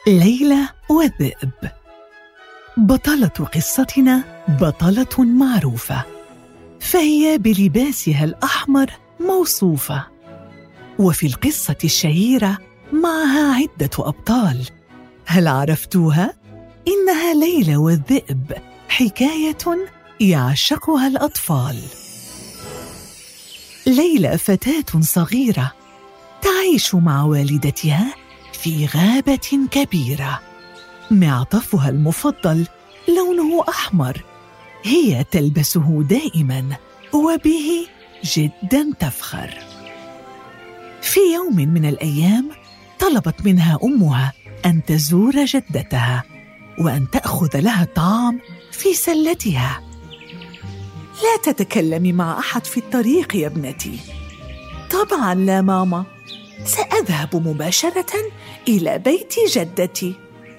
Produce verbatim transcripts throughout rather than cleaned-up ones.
ليلى والذئب. بطلة قصتنا بطلة معروفة، فهي بلباسها الأحمر موصوفة، وفي القصة الشهيرة معها عدة أبطال. هل عرفتوها؟ إنها ليلى والذئب، حكاية يعشقها الأطفال. ليلى فتاة صغيرة تعيش مع والدتها في غابة كبيرة. معطفها المفضل لونه أحمر، هي تلبسه دائماً وبه جداً تفخر. في يوم من الأيام طلبت منها أمها أن تزور جدتها وأن تأخذ لها الطعام في سلتها. لا تتكلمي مع أحد في الطريق يا ابنتي. طبعاً لا ماما، سأذهب مباشرة إلى بيت جدتي.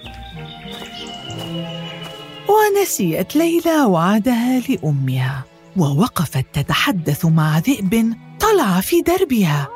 ونسيت ليلى وعدها لأمها، ووقفت تتحدث مع ذئب طلع في دربها.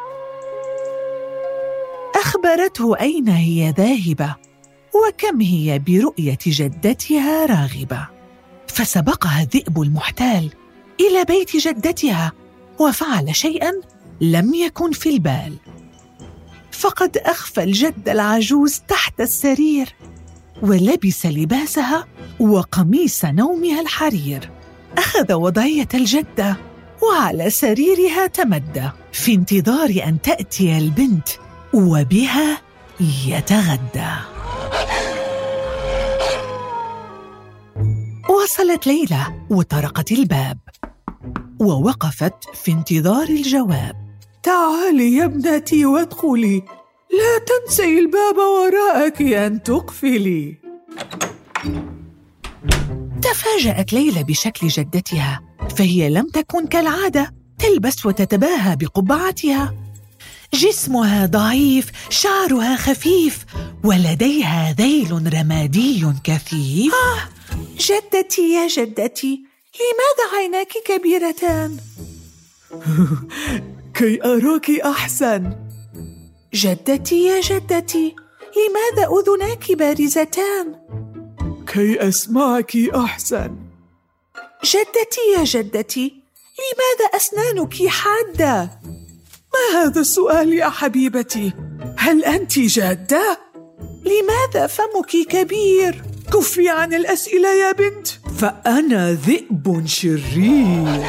أخبرته أين هي ذاهبة وكم هي برؤية جدتها راغبة، فسبقها الذئب المحتال إلى بيت جدتها وفعل شيئاً لم يكن في البال. فقد أخفى الجد العجوز تحت السرير، ولبس لباسها وقميص نومها الحرير. أخذ وضعية الجدة وعلى سريرها تمدى في انتظار أن تأتي البنت وبها يتغدى. وصلت ليلى وطرقت الباب ووقفت في انتظار الجواب. تعالي يا ابنتي وادخلي، لا تنسي الباب وراءك أن تقفلي. تفاجأت ليلى بشكل جدتها، فهي لم تكن كالعادة تلبس وتتباهى بقبعتها. جسمها ضعيف، شعرها خفيف، ولديها ذيل رمادي كثيف. آه جدتي يا جدتي، لماذا عيناك كبيرتان؟ كي أراك أحسن. جدتي يا جدتي، لماذا أذناك بارزتان؟ كي أسمعك أحسن. جدتي يا جدتي، لماذا أسنانك حادة؟ ما هذا السؤال يا حبيبتي؟ هل أنت جادة؟ لماذا فمك كبير؟ كفي عن الأسئلة يا بنت، فأنا ذئب شرير.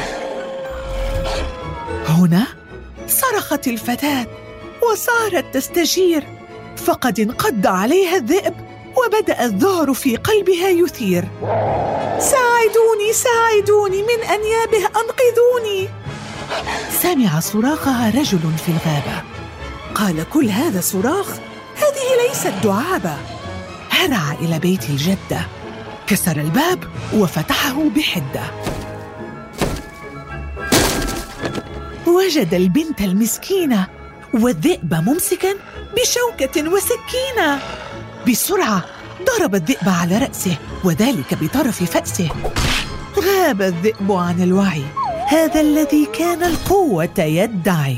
هنا صرخت الفتاة وصارت تستجير، فقد انقض عليها الذئب وبدأ الذعر في قلبها يثير. ساعدوني ساعدوني، من أنيابه أنقذوني. سمع صراخها رجل في الغابة، قال كل هذا صراخ؟ هذه ليست دعابة. هرع إلى بيت الجدة، كسر الباب وفتحه بحدة. وجد البنت المسكينة والذئب ممسكاً بشوكة وسكينة. بسرعة ضرب الذئب على رأسه، وذلك بطرف فأسه. غاب الذئب عن الوعي، هذا الذي كان القوة يدعي.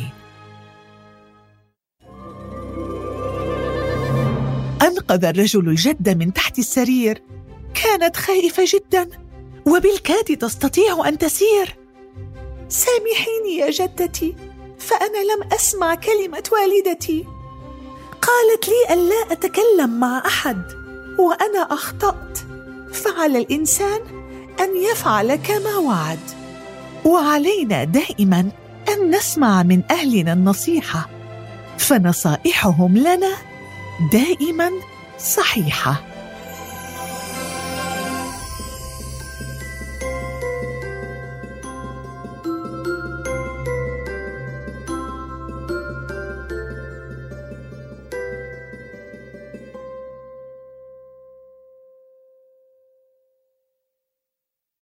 أنقذ الرجل الجدة من تحت السرير، كانت خائفة جداً وبالكاد تستطيع أن تسير. سامحيني يا جدتي، فأنا لم أسمع كلمة والدتي. قالت لي ألا أتكلم مع أحد، وأنا أخطأت. فعلى الإنسان أن يفعل كما وعد، وعلينا دائماً أن نسمع من أهلنا النصيحة، فنصائحهم لنا دائماً صحيحة.